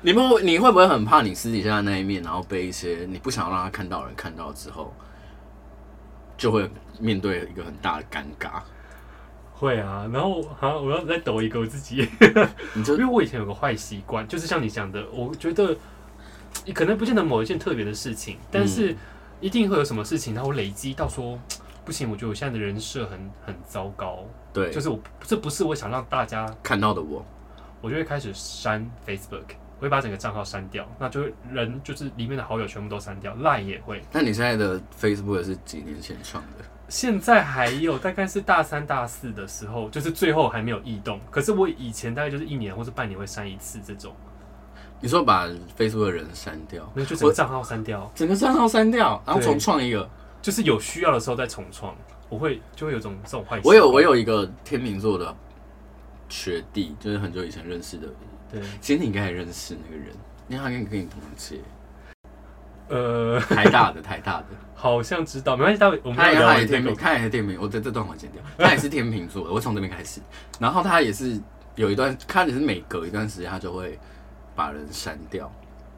你会不会很怕你私底下的那一面，然后被一些你不想让他看到的人看到之后，就会面对一个很大的尴尬？ 会啊，然后我要再抖一个我自己，因为我以前有个坏习惯，就是像你讲的，我觉得可能不见得某一件特别的事情，但是一定会有什么事情，然后累积到说不行，我觉得我现在的人设很糟糕， 对， 就是这不是我想让大家看到的我就会开始删 Facebook。我会把整个账号删掉，那就人就是里面的好友全部都删掉 ，Line 也会。 那你现在的 Facebook 是几年前创的？ 现在还有，大概是大3、大4的时候，就是最后还没有异动。可是我以前大概就是1年或是半年会删一次这种。 你说把 Facebook 的人删掉， 没有，就整个账号删掉， 整个账号删掉，然后重创一个， 就是有需要的时候再重创。就会有这种坏习惯。 我有一个天秤座的学弟，就是很久以前认识的。 对， 其实你应该也认识那个人，因为他跟你同届。台大的， 好像知道，没关系，我们他也是天秤，他也是天秤，我这段我剪掉。他也是天秤座的，我从这边开始。然后他也是有一段，他也是每隔一段时间他就会把人删掉。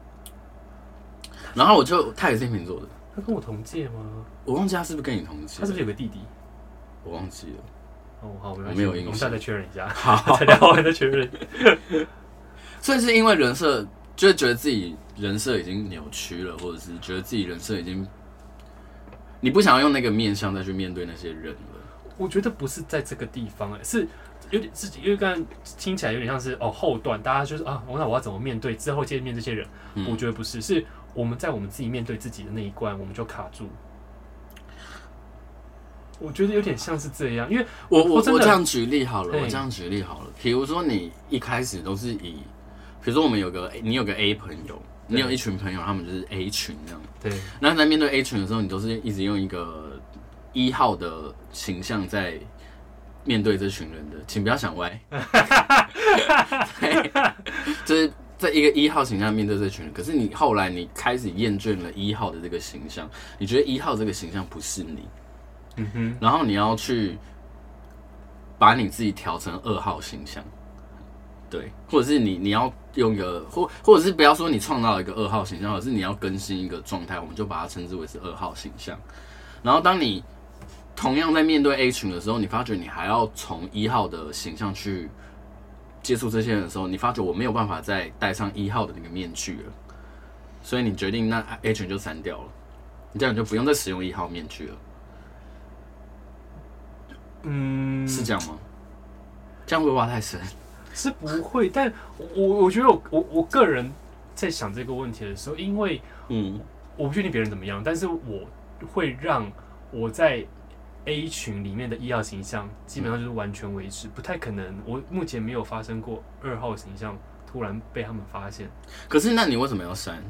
然后他也是天秤座的， 他跟我同届吗？ 我忘记他是不是跟你同届， 他是不是有个弟弟？ 我忘记了。 哦，好， 我没有印象， 我们下再确认一下。 好， 再聊完再确认。 所以是因为人设，就是觉得自己人设已经扭曲了，或者是觉得自己人设已经，你不想要用那个面向再去面对那些人了。 我觉得不是在这个地方，是有点是，因为刚刚听起来有点像是后段，大家就是那我要怎么面对之后见面这些人？我觉得不是，是我们在我们自己面对自己的那一关，我们就卡住。我觉得有点像是这样，因为我这样举例好了，比如说你一开始都是以，比如说你有个 A 朋友，你有一群朋友，他们就是 A 群这样。 对。 那在面对 A 群的时候，你都是一直用一个1号的形象在面对这群人的，请不要想歪。就是在一个1号形象面对这群人，可是你后来你开始厌倦了1号的这个形象，你觉得1号这个形象不是你。然后你要去把你自己调成2号形象，对，或者是你要用一个或者是不要说你创造了一个2号形象，而是你要更新一个状态，我们就把它称之为是2号形象。然后当你同样在面对 A 群的时候，你发觉你还要从1号的形象去接触这些人的时候，你发觉我没有办法再戴上1号的那个面具了，所以你决定那 A 群就删掉了，你这样就不用再使用1号面具了。是这样吗？这样会挖太深？ 是不会，但我觉得我个人在想这个问题的时候，因为我不确定别人怎么样，但是我会让我在 A 群里面的1号形象基本上就是完全维持，不太可能。我目前没有发生过2号形象突然被他们发现。 可是那你为什么要删？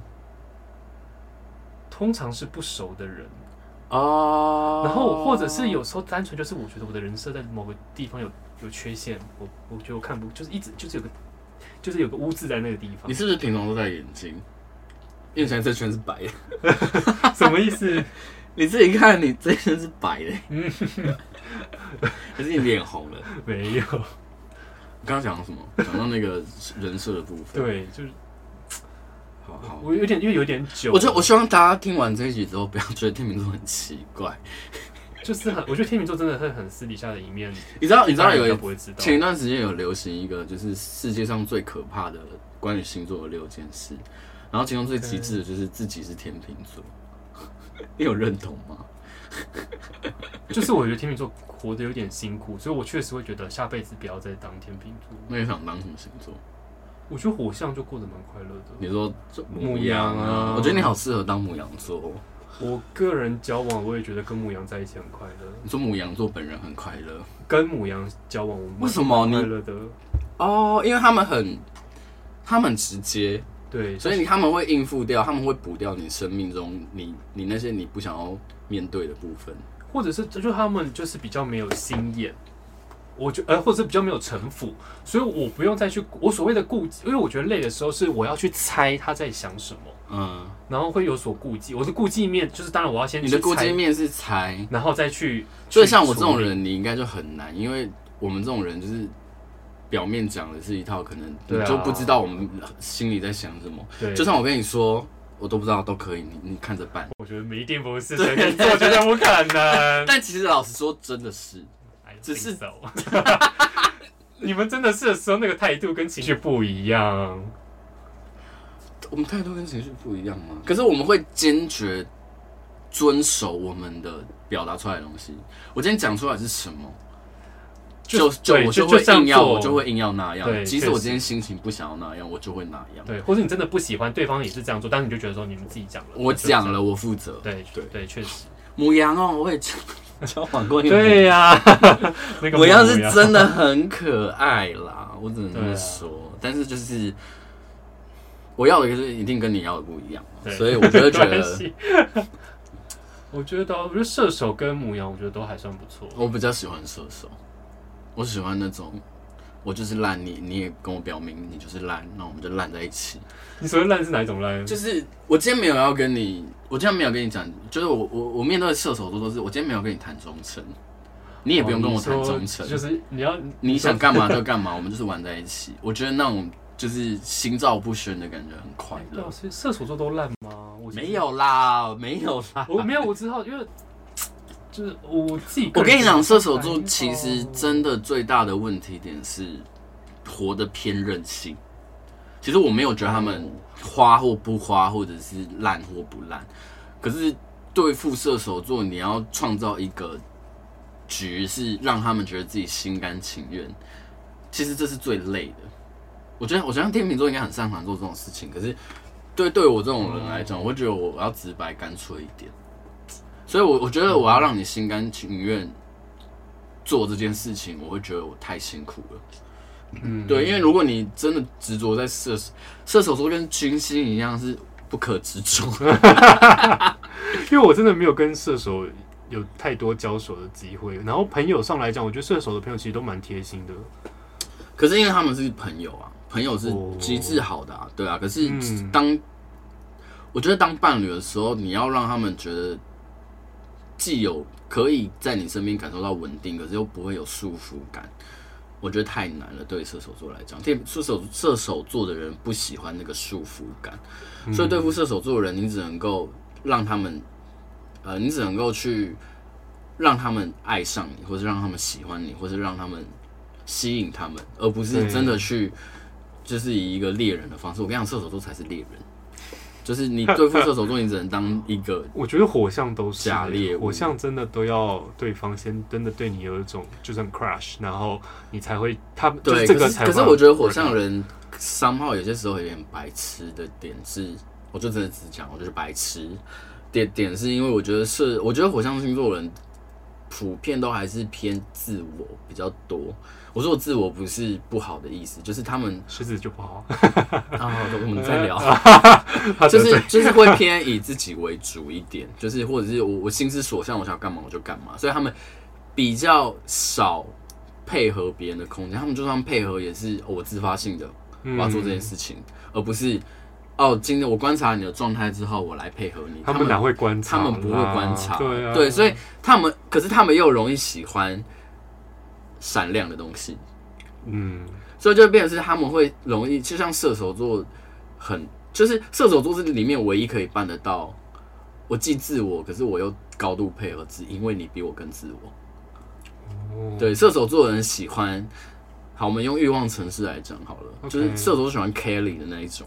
通常是不熟的人。 然后或者是有时候单纯就是我觉得我的人设在某个地方有缺陷，我觉得我看不就是一直就是有个污渍在那个地方。 你是不是平常都戴眼镜？因为现在这圈是白的。 什么意思？ 你自己看，你这圈是白的。可是你脸红了？ 没有。 我刚刚讲到什么？讲到那个人设的部分。 对，就是。 好， 我因为有点久。 我希望大家听完这一集之后，不要觉得天秤座很奇怪。 就是我觉得天秤座真的是很私底下的一面。 你知道前一段时间有流行一个，就是世界上最可怕的关于星座的6件事，然后其中最极致的就是自己是天秤座。你有认同吗？ 就是我觉得天秤座活得有点辛苦，所以我确实会觉得下辈子不要再当天秤座。 那你想当什么星座？ 我觉得火象就过得蛮快乐的。 你说牡羊啊？ 我觉得你好适合当牡羊座。 我个人交往，我也觉得跟牡羊在一起很快乐。 你说牡羊座本人很快乐？ 跟牡羊交往，我为什么快乐的？ 因为他们很直接， 对， 所以他们会应付掉，他们会补掉你生命中你那些你不想要面对的部分， 或者是就他们就是比较没有心眼。或者是比较没有城府，所以我不用再去我所谓的顾忌，因为我觉得累的时候是我要去猜他在想什么，然后会有所顾忌。我的顾忌面就是，当然我要先去猜， 你的顾忌面是猜， 然后再去。 所以像我这种人，你应该就很难，因为我们这种人就是表面讲的是一套，可能你就不知道我们心里在想什么。 对， 就算我跟你说，我都不知道，都可以，你看着办。 我觉得一定不是随便做，绝对不可能。 但其实老实说，真的是，只是你们真的是的时候，那个态度跟情绪不一样。 我们态度跟情绪不一样吗？可是我们会坚决遵守我们的表达出来的东西。我今天讲出来是什么，我就会硬要那样。即使我今天心情不想要那样，我就会那样。 对，或者你真的不喜欢对方也是这样做，但是你就觉得说你们自己讲了， 我讲了，我负责。 对，确实。 母羊哦，我也交往过一个。 对呀， 母羊是真的很可爱啦，我只能这么说。但是就是我要的就是一定跟你要的不一样，所以我就觉得。 我觉得射手跟母羊，我觉得都还算不错。 我比较喜欢射手，我喜欢那种，我就是烂，你也跟我表明你就是烂，那我们就烂在一起。 你所谓烂是哪一种烂？ 就是我今天没有要跟你，我今天没有跟你讲，就是我面对射手座都是，我今天没有跟你谈忠诚，你也不用跟我谈忠诚， 就是你想干嘛就干嘛，我们就是玩在一起。我觉得那种就是心照不宣的感觉很快乐。 所以射手座都烂吗？ 没有啦，没有啦， 我知道，因为就是我自己。 我跟你讲，射手座其实真的最大的问题点是活得偏任性。其实我没有觉得他们花或不花，或者是烂或不烂。可是对付射手座，你要创造一个局，是让他们觉得自己心甘情愿。其实这是最累的。我觉得天秤座应该很擅长做这种事情，可是对我这种人来讲，我会觉得我要直白干脆一点。所以我觉得我要让你心甘情愿做这件事情，我会觉得我太辛苦了。对，因为如果你真的执着在射手座，跟军星一样是不可执着。 因为我真的没有跟射手有太多交手的机会，然后朋友上来讲，我觉得射手的朋友其实都蛮贴心的。 可是因为他们是朋友啊，朋友是机制好的啊，对啊。可是我觉得当伴侣的时候，你要让他们觉得既有可以在你身边感受到稳定，可是又不会有束缚感。我觉得太难了，对射手座来讲，射手座的人不喜欢那个束缚感，所以对付射手座的人，你只能够让他们，你只能够去让他们爱上你，或是让他们喜欢你，或是让他们吸引他们，而不是真的去就是以一个猎人的方式。我跟你讲，射手座才是猎人。就是你对付射手座，你只能当一个。 我觉得火象都是假猎物， 火象真的都要对方先真的对你有一种就算 crush， 然后你才会他对这个才。 可是我觉得火象人somehow有些时候有点白痴的点是，我就真的只讲，我就是白痴。点是因为我觉得火象星座人普遍都还是偏自我比较多。我说我自我不是不好的意思，就是他们狮子就不好我们再聊，就是会偏以自己为主一点，就是或者是我心之所向，我想干嘛我就干嘛，所以他们比较少配合别人的空间，他们就算配合也是我自发性的我要做这件事情，而不是今天我观察你的状态之后，我来配合你。 他们哪会观察？ 他们不会观察， 对， 所以可是他们又容易喜欢闪亮的东西，所以就变成是他们会容易，就像射手座就是射手座是里面唯一可以办得到，我既自我，可是我又高度配合，只因为你比我更自我。对，射手座的人喜欢，好，我们用欲望城市来讲好了，就是射手座喜欢 carry 的那一种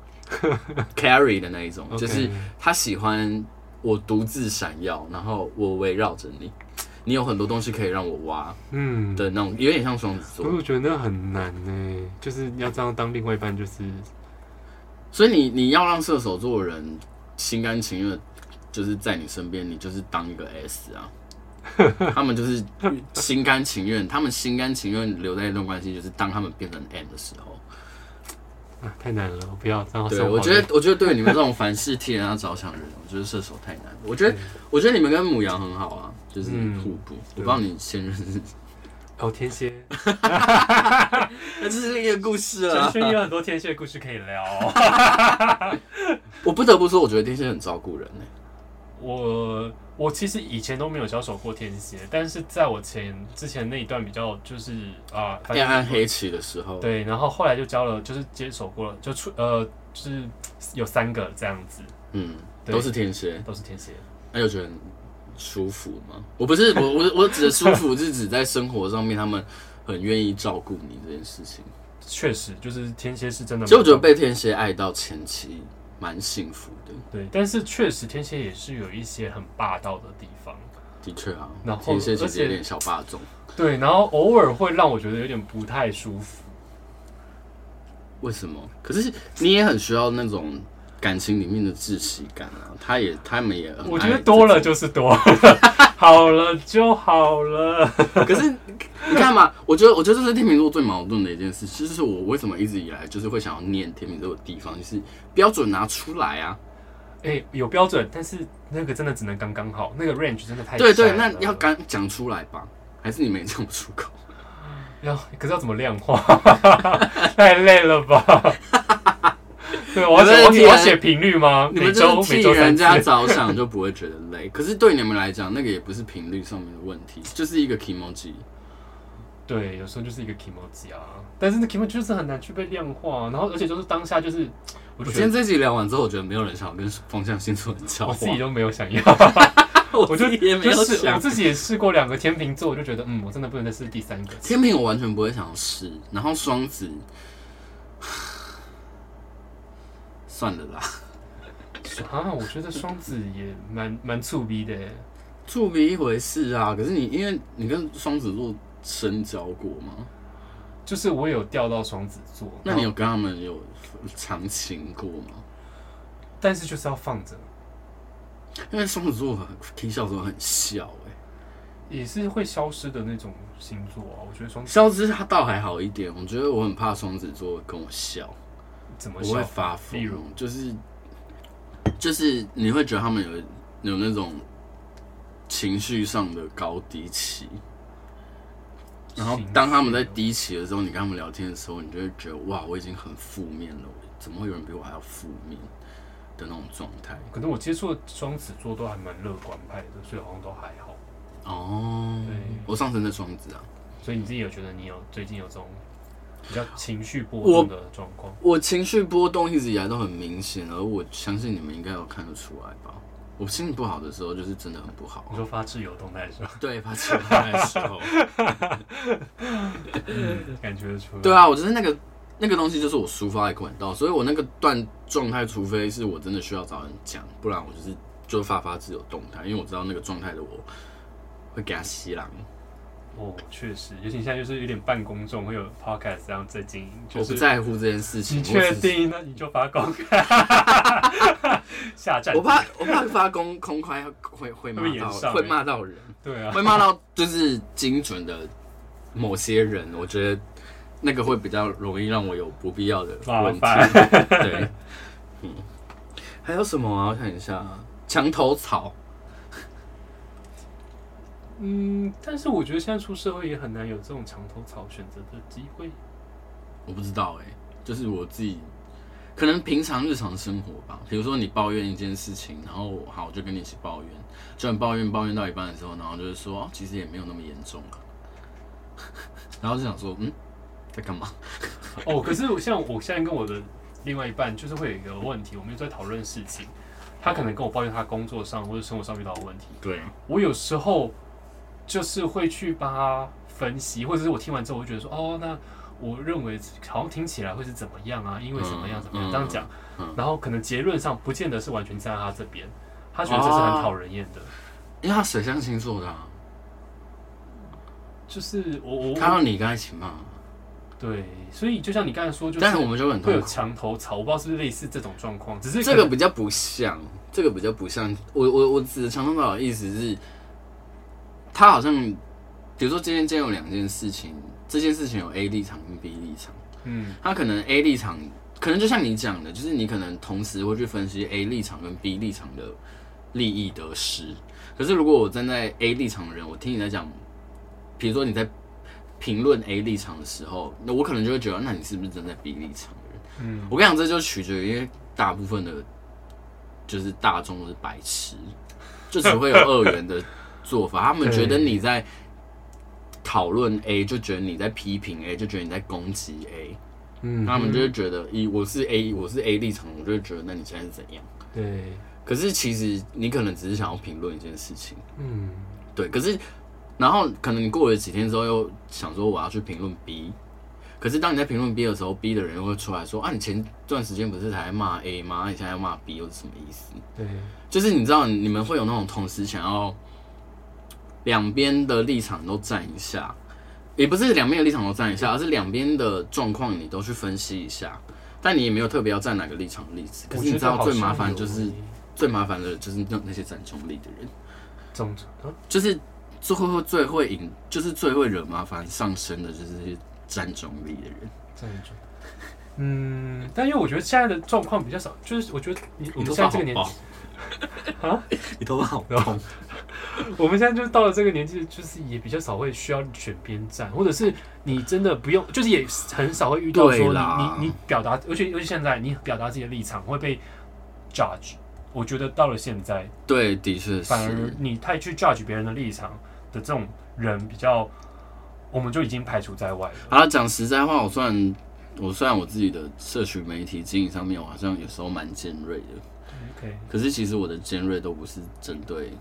，carry 的那一种，就是他喜欢我独自闪耀，然后我围绕着你。你有很多东西可以让我挖，的那种，有点像双子座。 我觉得那很难呢，就是你要这样当另外一半，就是， 所以你要让射手座的人心甘情愿，就是在你身边，你就是当一个 S 啊，他们就是心甘情愿，他们心甘情愿留在一段关系，就是当他们变成 M 的时候。 太难了，我不要这样。 对，我觉得对你们这种凡事替人家着想的人，我觉得射手太难。我觉得你们跟母羊很好啊，就是互补。我不知道你现任是天蝎， 那这是另一个故事了。 陈轩有很多天蝎的故事可以聊。 我不得不说，我觉得天蝎很照顾人我其实以前都没有交手过天蝎，但是在我之前那一段比较就是暗暗黑期的时候， 对，然后后来就交了，就是接手过了，就是有3个这样子， 都是天蝎， 都是天蝎。 那有觉得很舒服吗？我不是我指的舒服是指在生活上面他们很愿意照顾你这件事情。 确实，就是天蝎是真的。 其实我觉得被天蝎爱到前期蛮幸福的。 对，但是确实天蝎也是有一些很霸道的地方。 的确啊， 然后天蝎其实有点小霸总。 对，然后偶尔会让我觉得有点不太舒服。 为什么？可是你也很需要那种感情里面的窒息感啊，他们也很爱， 我觉得多了就是多了，好了就好了。 可是你看嘛，我觉得这是天秤座最矛盾的一件事，就是我为什么一直以来就是会想要念天秤座的地方，就是标准拿出来啊。 有标准，但是那个真的只能刚刚好，那个 range 真的太对对，那要刚讲出来吧？还是你没讲出口？ 可是要怎么量化？太累了吧？对，我要写频率吗？ 你们就是替人家着想就不会觉得累。可是对你们来讲，那个也不是频率上面的问题，就是一个 kimoji。 对，有时候就是一个 kimoji 啊，但是那 kimoji 就是很难去被量化，然后而且就是当下就是， 我今天这集聊完之后，我觉得没有人想要跟风象星座人交往， 我自己都没有想要。 我就也没有想， 我自己也试过2个天秤座，我就觉得我真的不能再试第3个。 天秤我完全不会想要试，然后双子。算了啦， 我觉得双子也蛮触逼的， 触逼一回事啊。可是因为你跟双子座深交过吗？ 就是我有调到双子座， 那你有跟他们有长情过吗？ 但是就是要放着， 因为双子座听笑的时候很笑也是会消失的那种星座啊。我觉得双子消失他倒还好一点，我觉得我很怕双子座跟我笑。 怎么我会发疯，例如就是你会觉得他们有那种情绪上的高低期，然后当他们在低期的时候，你跟他们聊天的时候，你就会觉得哇，我已经很负面了，怎么会有人比我还要负面的那种状态？ 可能我接触的双子座都还蛮乐观派的，所以好像都还好。 对，我上升在双子啊， 所以你自己有觉得你最近有这种比较情绪波动的状况？ 我情绪波动一直以来都很明显，而我相信你们应该有看得出来吧。我心情不好的时候，就是真的很不好。 你说发自由动态的时候？ 对，发自由动态的时候， 感觉得出来。 对啊，我觉得那个东西就是我抒发的管道，所以我那个段状态，除非是我真的需要找人讲，不然我就发自由动态，因为我知道那个状态的我会给他吸狼。 确实，尤其现在就是有点半公众，会有 podcast 这样在经营。 我不在乎这件事情。 你确定？那你就发公开。下站。 我怕发公开会骂到人。 对啊。 会骂到就是精准的某些人，我觉得那个会比较容易让我有不必要的问题。对。还有什么啊？我看一下，墙头草。 但是我觉得现在出社会也很难有这种墙头草选择的机会。 我不知道就是我自己可能平常日常生活吧，比如说你抱怨一件事情，然后好我就跟你一起抱怨，就你抱怨到一半的时候，然后就是说其实也没有那么严重啊，然后就想说在干嘛？ 可是我现在跟我的另外一半就是会有一个问题，我们就在讨论事情，他可能跟我抱怨他工作上或者生活上遇到的问题， 对， 我有时候就是会去帮他分析，或者是我听完之后，我就觉得说，那我认为好像听起来会是怎么样啊？因为怎么样这样讲，然后可能结论上不见得是完全站在他这边，他觉得这是很讨人厌的， 因为他水象星座的啊， 就是我他要你跟他一起骂， 对，所以就像你刚才说，就是但是我们就很会有墙头草，我不知道是不是类似这种状况，只是这个比较不像，我指的墙头草的意思是。他好像，比如说今天有2件事情，这件事情有 A 立场跟 B 立场，他可能 A 立场，可能就像你讲的，就是你可能同时会去分析 A 立场跟 B 立场的利益得失。可是如果我站在 A 立场的人，我听你在讲，比如说你在评论 A 立场的时候，那我可能就会觉得，那你是不是站在 B 立场的人？我跟你讲，这就取决于大部分的， 就是大众是白痴，就只会有二元的做法。他们觉得你在讨论 A， 就觉得你在批评 A， 就觉得你在攻击 A。他们就会觉得，我是 A 立场，我就会觉得，那你现在是怎样？ 对。 可是其实你可能只是想要评论一件事情，对。可是，然后可能你过了几天之后，又想说我要去评论 B。可是当你在评论 B 的时候 ，B 的人又会出来说：“啊，你前段时间不是才在骂 A 吗？你现在要骂 B 又是什么意思？” 对， 就是你知道，你们会有那种同时想要两边的立场都站一下，也不是两边的立场都站一下，而是两边的状况你都去分析一下，但你也没有特别要站哪个立场的例子。可是你知道最麻烦的就是那些站中立的人，就是最会引，就是最会惹麻烦上升的，就是这些站中立的人。站中， 但因为我觉得现在的状况比较少，就是我觉得我们现在这个年纪啊，你头发好痛。 我们现在就是到了这个年纪，就是也比较少会需要选边站，或者是你真的不用，就是也很少会遇到说你表达，尤其现在你表达自己的立场会被 judge。我觉得到了现在， 对，的确是， 反而你太去 judge 别人的立场的这种人比较，我们就已经排除在外了。 好了，讲实在话，虽然我自己的社群媒体经营上面，我好像有时候蛮尖锐的。 Okay. 可是其实我的尖锐都不是针对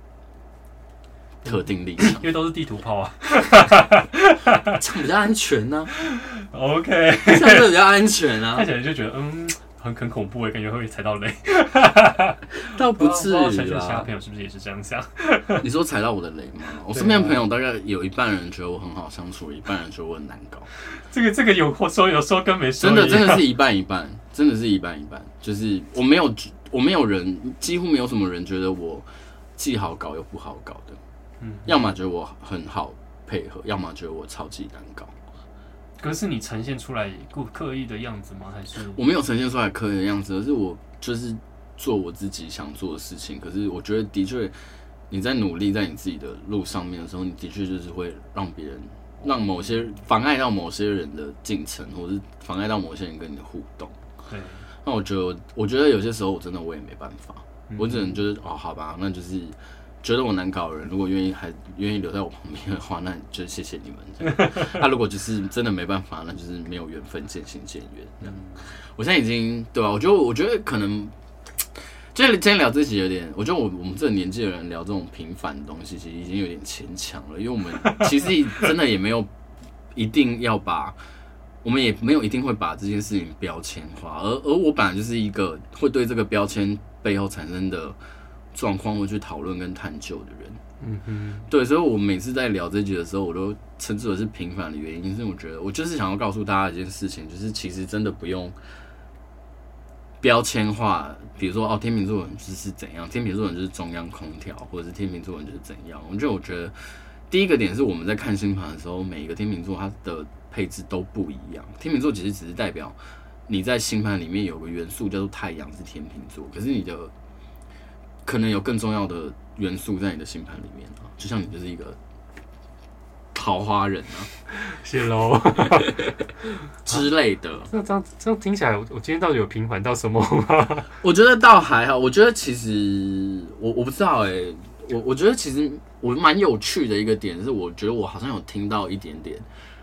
特定立场， 因为都是地图炮啊， 这样比较安全呢、 啊。OK， 这样就比较安全啊。 看起来就觉得很恐怖，感觉会踩到雷。 倒不至于啦。 其他朋友是不是也是这样想？ 你说踩到我的雷吗？我身边的朋友大概有一半人觉得我很好相处，一半人觉得我很难搞。 这个有说跟没说， 真的是一半一半，真的是一半一半。就是我没有人，几乎没有什么人觉得我既好搞又不好搞的。要么觉得我很好配合，要么觉得我超级难搞。 可是你呈现出来刻意的样子吗？还是我没有呈现出来刻意的样子，而是我就是做我自己想做的事情。可是我觉得的确，你在努力在你自己的路上面的时候，你的确就是会让某些妨碍到某些人的进程，或是妨碍到某些人跟你的互动。 对。 那我觉得有些时候我也没办法，我只能就是好吧，那就是觉得我难搞的人，如果愿意留在我旁边的话，那就谢谢你们。那如果就是真的没办法，那就是没有缘分，渐行渐远。我现在已经对吧？我觉得可能，今天聊这集有点，我觉得我们这个年纪的人聊这种平凡的东西，其实已经有点牵强了，因为我们其实真的也没有一定要把。我们也没有一定会把这件事情标签化，而我本来就是一个会对这个标签背后产生的状况会去讨论跟探究的人。对，所以我每次在聊这集的时候，我都称之为是平凡的原因，是我觉得我就是想要告诉大家一件事情，就是其实真的不用标签化，比如说天秤座人就是怎样，天秤座人就是中央空调，或者是天秤座人就是怎样。我觉得第一个点是我们在看星盘的时候，每一个天秤座它的配置都不一样。天秤座其实只是代表你在星盘里面有个元素叫做太阳是天秤座，可是你的可能有更重要的元素在你的星盘里面啊，就像你就是一个桃花人啊， 谢喽之类的。 这样听起来，我今天到底有平缓到什么吗？ 我觉得倒还好，我觉得其实我不知道我觉得其实我蛮有趣的一个点是，我觉得我好像有听到一点点，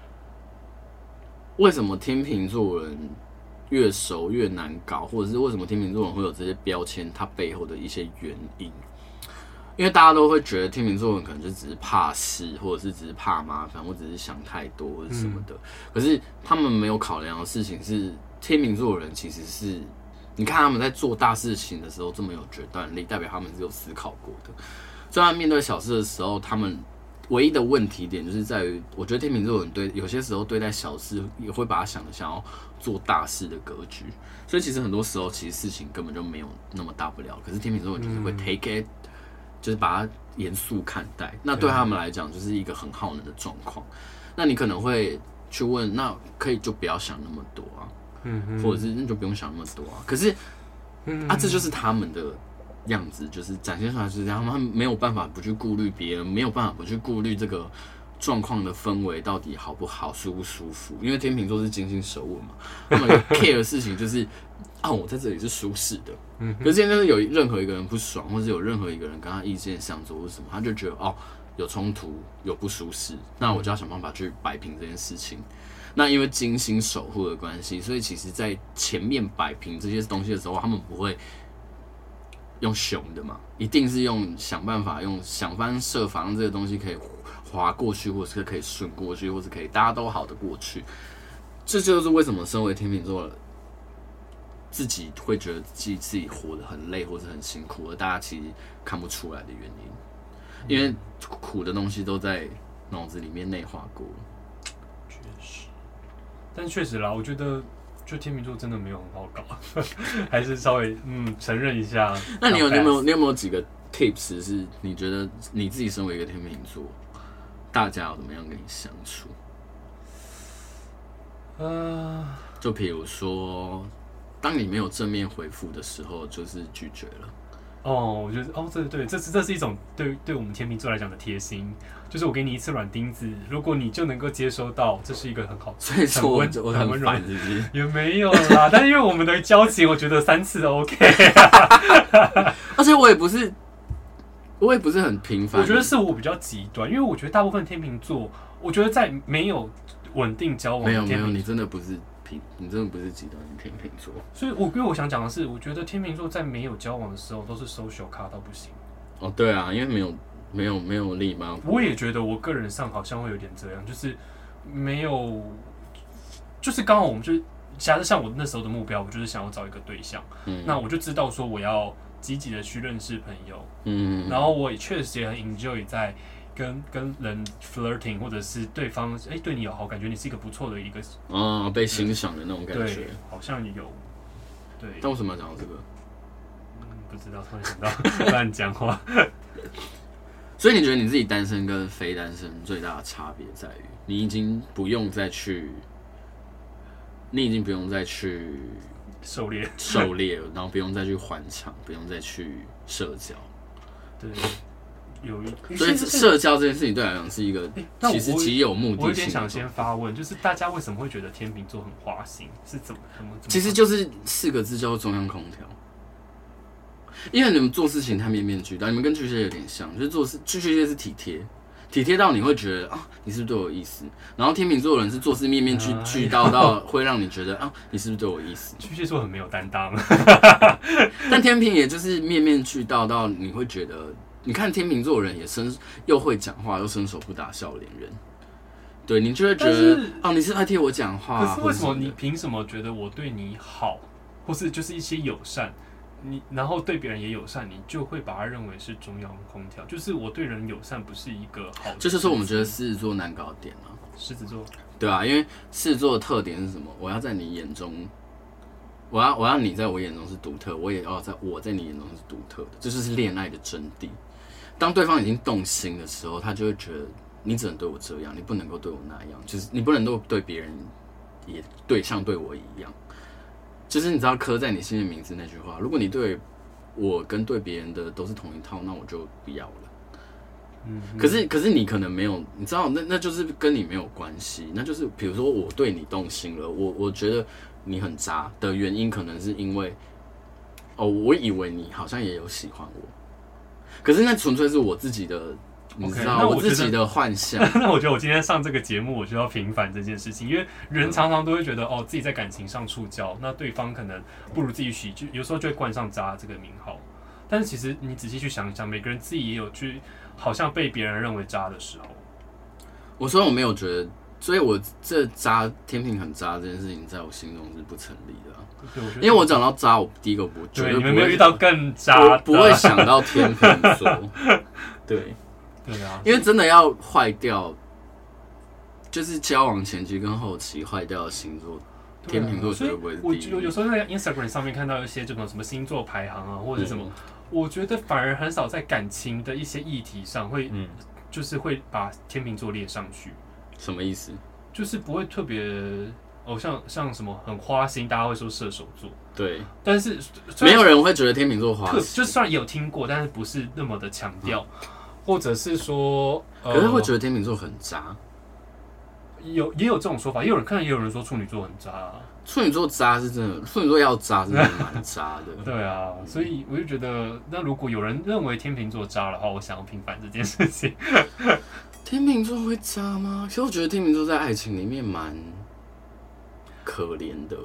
为什么天秤座人越熟越难搞，或者是为什么天秤座人会有这些标签，它背后的一些原因。因为大家都会觉得天秤座人可能就只是怕事，或者是只是怕麻烦，或者是想太多或者什么的。可是他们没有考量的事情是，天秤座人其实是，你看他们在做大事情的时候这么有决断力，代表他们是有思考过的。虽然面对小事的时候，他们唯一的问题点就是在于，我觉得天秤座人有些时候对待小事也会把它想要做大事的格局，所以其实很多时候其实事情根本就没有那么大不了。可是天秤座人就是会 take it，就是把它严肃看待。那对他们来讲就是一个很耗能的状况。那你可能会去问，那可以就不要想那么多啊，或者是那就不用想那么多啊。可是这就是他们的样子，就是展现出来就是这样，他们没有办法不去顾虑别人，没有办法不去顾虑这个状况的氛围到底好不好、舒不舒服？因为天秤座是精心守稳嘛，他们 care 的事情就是我在这里是舒适的。可是现在有任何一个人不爽，或是有任何一个人跟他意见相左或什么，他就觉得有冲突、有不舒适，那我就要想办法去摆平这件事情。那因为精心守护的关系，所以其实在前面摆平这些东西的时候，他们不会用凶的嘛，一定是想办法想方设法让这个东西可以滑过去，或是可以顺过去，或是可以大家都好的过去。这就是为什么身为天秤座自己会觉得自己活得很累或是很辛苦，而大家其实看不出来的原因，因为苦的东西都在脑子里面内化过了。 确实，但确实啦，我觉得就天秤座真的没有很好搞，还是稍微承认一下。 那你有没有几个 tips 是你觉得你自己身为一个天秤座，大家要怎么样跟你相处？就比如说，当你没有正面回复的时候，就是拒绝了。 我觉得对，这是一种对我们天秤座来讲的贴心，就是我给你一次软钉子，如果你就能够接收到，这是一个很好， 所以说我很温软，是不是？ 也没有啦，但是因为我们的交情，我觉得3次 OK。 而且我也不是很频繁， 我觉得是我比较极端，因为我觉得大部分天秤座，我觉得在没有稳定交往的天秤座， 没有，你真的不是极端的天秤座。 所以因为我想讲的是，我觉得天秤座在没有交往的时候都是 social 咖到不行。 对啊，因为没有礼貌。 我也觉得我个人上好像会有点这样，就是没有，就是刚好我们就是假设像我那时候的目标，我就是想要找一个对象，那我就知道说我要积极的去认识朋友，然后我也确实也很 enjoy 在跟人 flirting， 或者是对方对你有好感觉，你是一个不错的一个被欣赏的那种感觉， 对，好像有，对。 但为什么要讲到这个？ 不知道，突然想到乱讲话。 所以你觉得你自己单身跟非单身最大的差别在于，你已经不用再去狩猎，然后不用再去还场，不用再去社交。 对。 所以社交这件事情对我来讲是一个其实极有目的性的。 我有点想先发问，就是大家为什么会觉得天秤座很花心？是怎么？ 其实就是4个字叫做中央空调。因为你们做事情太面面俱到，你们跟巨蟹有点像，就是巨蟹是体贴到你会觉得你是不是对我有意思？然后天秤座的人是做事面面俱到会让你觉得你是不是对我有意思？ 巨蟹座很没有担当， 但天秤也就是面面俱到你会觉得。你看天秤座的人也又会讲话，又伸手不打笑脸人，对你就会觉得你是在替我讲话。 可是为什么你凭什么觉得我对你好，或是就是一些友善，然后对别人也友善，你就会把它认为是中央空调？就是我对人友善不是一个好的。 就是说我们觉得狮子座难搞的点啊。 狮子座， 对啊，因为狮子座的特点是什么？我要在你眼中。我要你在我眼中是独特，我也要我在你眼中是独特的，这就是恋爱的真谛。当对方已经动心的时候，他就会觉得你只能对我这样，你不能够对我那样，就是你不能够对别人也像对我一样。就是你知道刻在你心里名字那句话，如果你对我跟对别人的都是同一套，那我就不要了。可是你可能没有，你知道那就是跟你没有关系，那就是比如说我对你动心了，我觉得你很渣的原因，可能是因为我以为你好像也有喜欢我。可是那纯粹是我自己的，你知道，我自己的幻想。 那我觉得我今天上这个节目，我就要平反这件事情，因为人常常都会觉得自己在感情上触礁，那对方可能不如自己许，就有时候就会冠上渣这个名号。但是其实你仔细去想一想，每个人自己也有去，好像被别人认为渣的时候。 我说我没有觉得，所以我这渣天秤很渣这件事情，在我心中是不成立的。因为我讲到渣，我第一个绝对不会， 你们没有遇到更渣的， 我不会想到天秤座。对啊， 因为真的要坏掉，就是交往前期跟后期坏掉的星座，天秤座绝对不会是第一。 我有时候在 Instagram 上面看到一些这种什么星座排行啊，或者什么，我觉得反而很少在感情的一些议题上会，就是会把天秤座列上去。 什么意思？ 就是不会特别。像什么很花心，大家会说射手座， 对， 但是没有人会觉得天秤座花心， 就算有听过，但是不是那么的强调。 或者是说， 可是会觉得天秤座很渣。 也有这种说法，也有人说处女座很渣、啊。 处女座渣是真的，处女座要渣是真的蛮渣的。 对啊，所以我就觉得，那如果有人认为天秤座渣的话，我想要平反这件事情。 天秤座会渣吗？其实我觉得天秤座在爱情里面蛮可怜的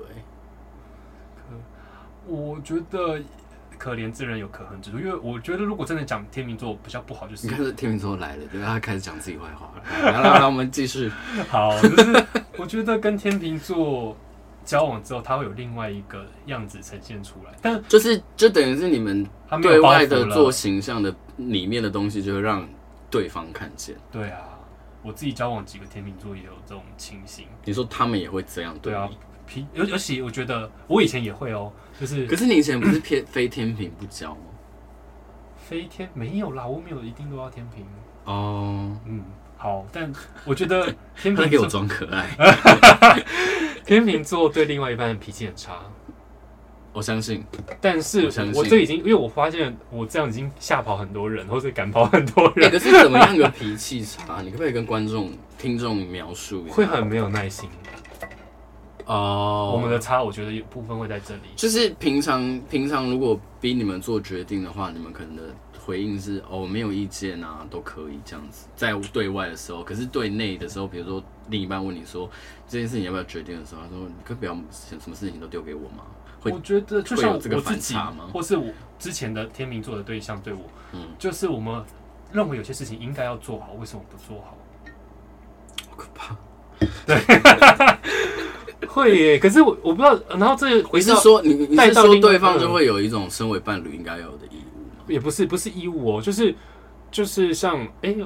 我觉得可怜之人有可恨之处，因为我觉得如果真的讲天秤座比较不好，就是你看天秤座来了，对，他开始讲自己坏话了。来，我们继续。 好，就是我觉得跟天秤座交往之后，他会有另外一个样子呈现出来，但就等于是你们对外的做形象的里面的东西，就会让对方看见。 对啊，我自己交往几个天秤座也有这种情形。 你说他们也会这样对你？ 对啊，而且我觉得我以前也会哦，就是。 可是你以前不是非天秤不交吗？ 没有啦，我没有一定都要天秤。 哦， 好，但我觉得天秤座他给我装可爱。 天秤座对另外一半脾气很差， 我相信。 但是我这已经，因为我发现我这样已经吓跑很多人，或者赶跑很多人。 可是怎么样的脾气差？你可不可以跟听众描述一下？ 会很没有耐心。 哦， 我们的差，我觉得有部分会在这里。 就是平常如果逼你们做决定的话，你们可能的回应是我没有意见啊，都可以这样子。在对外的时候，可是对内的时候，比如说另一半问你说这件事情要不要决定的时候，他说你可不要什么事情都丢给我吗？ 我觉得就像我自己， 吗？ 或是我之前的天秤座的对象对我，就是我们认为有些事情应该要做好，为什么不做好？ 好可怕。 对。会耶，可是我不知道，然后这回是说你是说对方就会有一种身为伴侣应该有的义务吗？ 也不是义务哦，就是像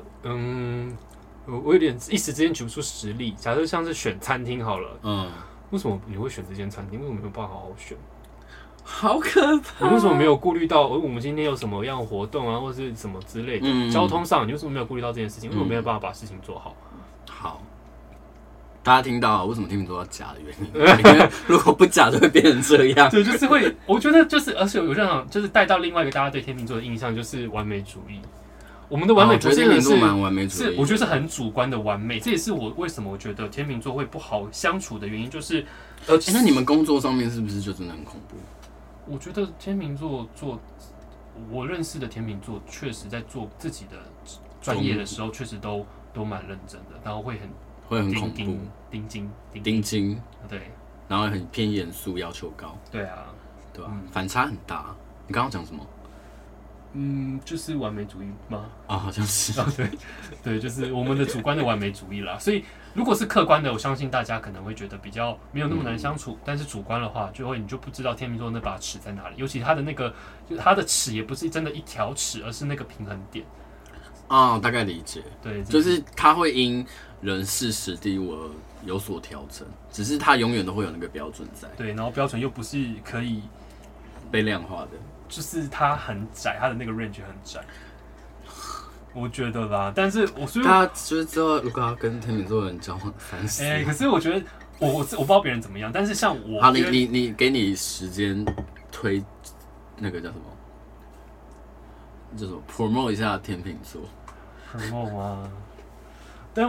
我有点一时之间举不出实例。假设像是选餐厅好了，为什么你会选这间餐厅？为什么没有办法好好选？ 好可怕！ 你为什么没有顾虑到我们今天有什么样的活动啊，或者是什么之类的？交通上你为什么没有顾虑到这件事情？为什么没有办法把事情做好？ 好。大家听到为什么天秤座要假的原因？因为如果不假就会变成这样。 对，就是会，我觉得就是，而且有这样，就是带到另外一个大家对天秤座的印象就是完美主义。我们的完美主义真的是蛮完美主义， 我觉得是很主观的完美。这也是我为什么我觉得天秤座会不好相处的原因，就是那你们工作上面是不是就真的很恐怖？ 我觉得天秤座我认识的天秤座确实在做自己的专业的时候，确实都蛮认真的，然后会很恐怖，钉金， 对， 然后很偏严肃，要求高， 对啊， 对吧？反差很大。你刚刚讲什么？ 就是完美主义吗？ 好像是。 对，就是我们的主观的完美主义啦。所以如果是客观的，我相信大家可能会觉得比较没有那么难相处。但是主观的话，你就不知道天秤座那把尺在哪里，尤其他的那个，就他的尺也不是真的一条尺，而是那个平衡点。 大概理解。 对， 就是他会因人事时地物而有所调整，只是他永远都会有那个标准在。 对，然后标准又不是可以被量化的， 就是它很窄，它的那个 range 很窄，我觉得啦。但是他就是之后如果要跟天秤座的人交往30年， 可是我觉得我不知道别人怎么样，但是像我， 好，你给你时间推那个叫什么？叫什么 promote 一下天秤座 promote 吗？但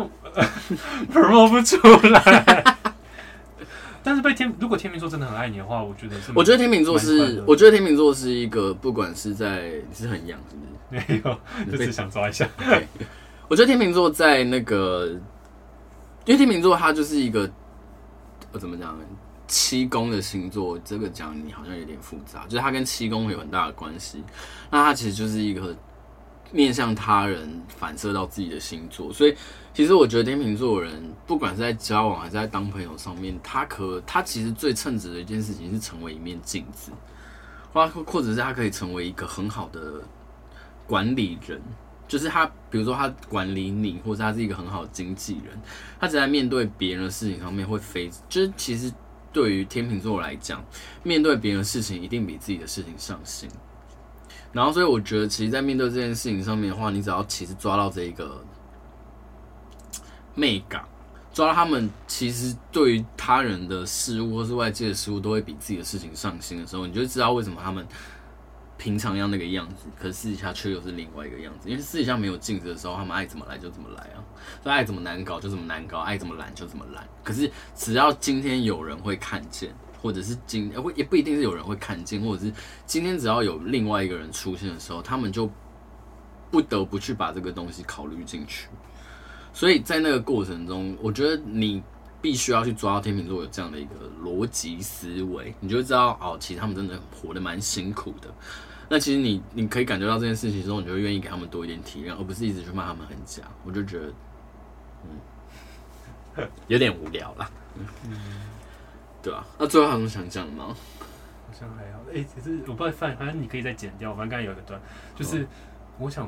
promote 不出来。但是如果天秤座真的很爱你的话，我觉得天秤座是一个，不管是在你是很痒是不是？没有，就是想抓一下。 Okay. 我觉得天秤座在那个，因为天秤座它就是一个怎么讲呢？七宫的星座，这个讲你好像有点复杂，就是它跟七宫有很大的关系。那它其实就是一个面向他人反射到自己的星座，所以其实我觉得天秤座的人，不管是在交往还是在当朋友上面，他其实最称职的一件事情是成为一面镜子，或者是他可以成为一个很好的管理人。就是他，比如说他管理你，或者他是一个很好的经纪人，他只在面对别人的事情上面会就是其实对于天秤座来讲，面对别人的事情一定比自己的事情上心。然后，所以我觉得，其实，在面对这件事情上面的话，你只要其实抓到这一个媚感，抓到他们其实对于他人的事物或是外界的事物都会比自己的事情上心的时候，你就知道为什么他们平常要那个样子，可是私底下却又是另外一个样子。因为私底下没有镜子的时候，他们爱怎么来就怎么来啊，所以爱怎么难搞就怎么难搞，爱怎么懒就怎么懒。可是只要今天有人会看见，或者是也不一定是有人会看见，或者是今天只要有另外一个人出现的时候，他们就不得不去把这个东西考虑进去。所以在那个过程中，我觉得你必须要去抓到天秤座有这样的一个逻辑思维，你就会知道哦，其实他们真的活得蛮辛苦的。那其实你可以感觉到这件事情之后，你就会愿意给他们多一点体谅，而不是一直去骂他们很假。我就觉得，有点无聊啦。对啊。那最后还有什么想讲的吗？ 好像还好。只是我不知道，反正你可以再剪掉。反正刚才有一个段，就是我想，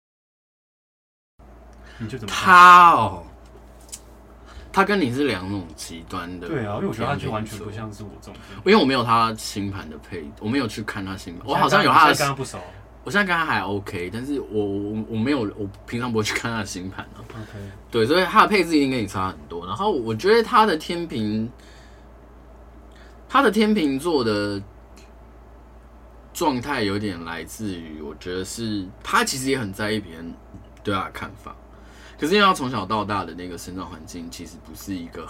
你就怎么看？ 他跟你是两种极端的。 对啊，因为我觉得他就完全不像是我这种。 因为我没有他星盘的配，我没有去看他星盘。我好像有他的。 我现在跟他不熟。 我现在跟他还 OK， 但是我没有，我平常不会去看他的星盘啊。 OK。 对，所以他的配置一定跟你差很多。然后我觉得他的天秤座的状态有点来自于，我觉得是他其实也很在意别人对他的看法。可是因为他从小到大的那个生长环境其实不是一个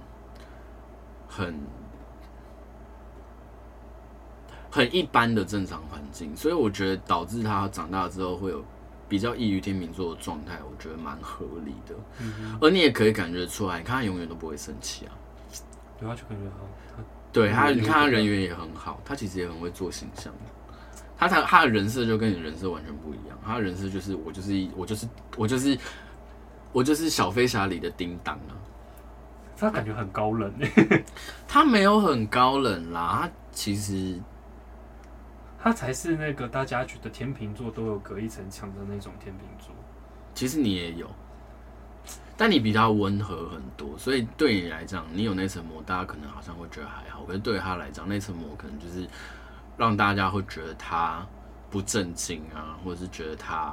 很一般的正常环境，所以我觉得导致他长大之后会有比较异于天秤座的状态，我觉得蛮合理的。而你也可以感觉出来，你看他永远都不会生气啊。 对，他就感觉对他，你看他人缘也很好，他其实也很会做形象。他的人设就跟你人设完全不一样，他的人设就是我就是小飞侠里的叮当啊。 他感觉很高冷他没有很高冷啦，他其实他才是那个大家觉得天秤座都有隔一层墙的那种天秤座。 其实你也有，但你比他温和很多，所以对你来讲，你有那层膜，大家可能好像会觉得还好。可是对于他来讲，那层膜可能就是让大家会觉得他不正经啊，或者是觉得他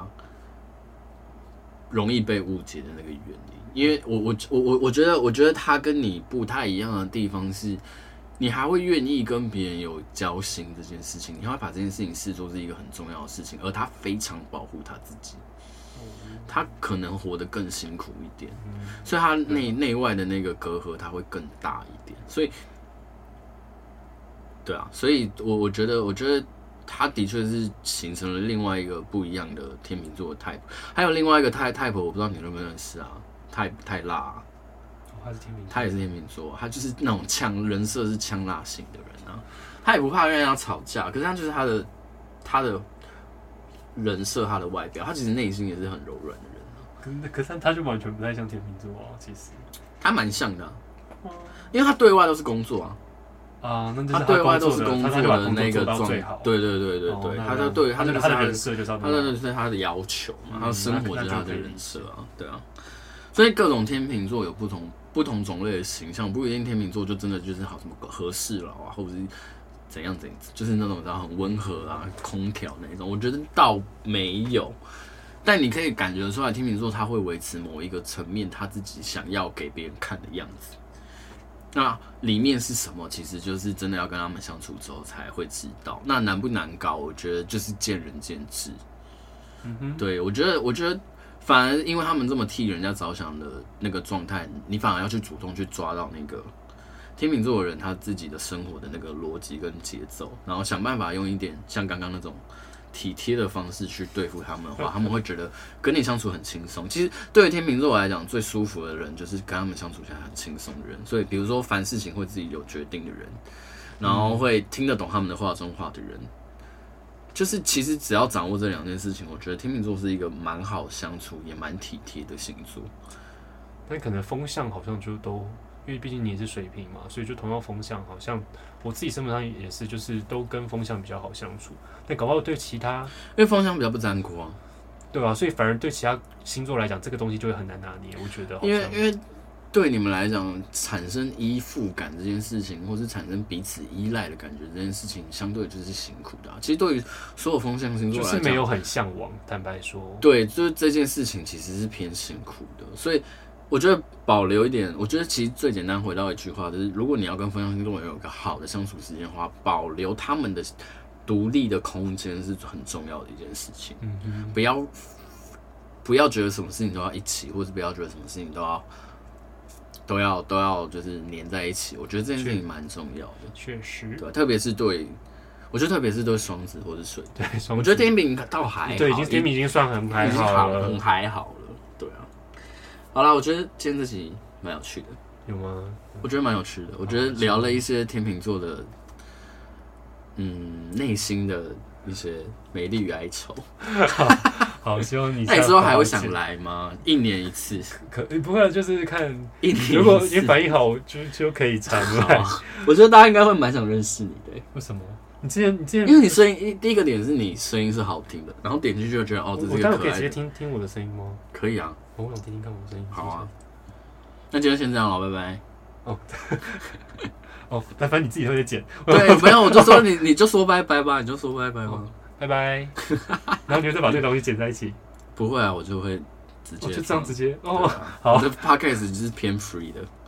容易被误解的那个原因。因为我觉得他跟你不太一样的地方是，你还会愿意跟别人有交心这件事情，你会把这件事情视作是一个很重要的事情，而他非常保护他自己，他可能活得更辛苦一点，所以他内外的那个隔阂他会更大一点，所以对啊，所以我觉得他的确是形成了另外一个不一样的天秤座的 type， 还有另外一个 type 我不知道你认不认识啊，太辣啊。 他是天秤座， 他也是天秤座，他就是那种人设是呛辣型的人啊，他也不怕跟人家吵架，可是他就是他的人设，他的外表，他其实内心也是很柔软的人啊。 可是他就完全不太像天秤座啊，其实他蛮像的啊，因为他对外都是工作啊。 那就是他对外都是工作的那个状态，对，他的对他的人设就是他的要求嘛，他的生活就是他的人设啊，对啊。所以各种天秤座有不同种类的形象，不一定天秤座就真的就是好什么和事佬啊，或者是怎样，就是那种很温和啊，空调那种，我觉得倒没有。但你可以感觉出来，天秤座他会维持某一个层面他自己想要给别人看的样子。那里面是什么？其实就是真的要跟他们相处之后才会知道。那难不难搞？我觉得就是见仁见智。对，我觉得反而因为他们这么替人家着想的那个状态，你反而要去主动去抓到那个天秤座的人他自己的生活的那个逻辑跟节奏，然后想办法用一点像刚刚那种体贴的方式去对付他们的话，他们会觉得跟你相处很轻松。其实对于天秤座来讲，最舒服的人就是跟他们相处起来很轻松的人。所以比如说凡事情会自己有决定的人，然后会听得懂他们的话中话的人，就是其实只要掌握这两件事情，我觉得天秤座是一个蛮好相处也蛮体贴的星座。 但可能风向好像就都，因为毕竟你也是水瓶嘛，所以就同样风向好像我自己身份上也是，就是都跟风向比较好相处。但搞不好对其他， 因为风向比较不沾锅啊， 对啊，所以反而对其他星座来讲，这个东西就会很难拿捏。我觉得好像， 因为对你们来讲，产生依附感这件事情，或是产生彼此依赖的感觉这件事情，相对就是辛苦的啊。其实对于所有风象星座来讲， 就是没有很向往。坦白说， 对，就是这件事情其实是偏辛苦的，所以我觉得保留一点，我觉得其实最简单回到一句话，就是如果你要跟风象星座有一个好的相处时间的话，保留他们的独立的空间是很重要的一件事情。 嗯不要觉得什么事情都要一起，或者不要觉得什么事情都要就是黏在一起。我觉得这件事情蛮重要的， 确实， 对，特别是我觉得特别是对双子或者水瓶， 对， 我觉得天秤倒还好， 对，天秤已经算很还好了， 很还好了，对啊。好啦，我觉得今天这集蛮有趣的， 有吗？ 我觉得蛮有趣的，我觉得聊了一些天秤座的，内心的一些美丽与哀愁。 好，希望你。 那你之后还会想来吗？1年1次？ 不会，就是看 1年1次， 如果你反应好，就可以常来。 我觉得大家应该会蛮想认识你的。 为什么？你之前， 因为你声音第一个点是你声音是好听的，然后点进去就觉得哦，这是一个可爱的。 我可以直接听我的声音吗？ 可以啊， 我想听听看我的声音。 好啊，那今天先这样了，拜拜。 哦，麻烦你自己会再剪。 对，没有，我就说你就说拜拜吧，你就说拜拜吧， 拜拜。然后你再把这个东西剪在一起。 不会啊，我就会直接就这样直接哦。好， 我的 podcast 就是偏 free 的。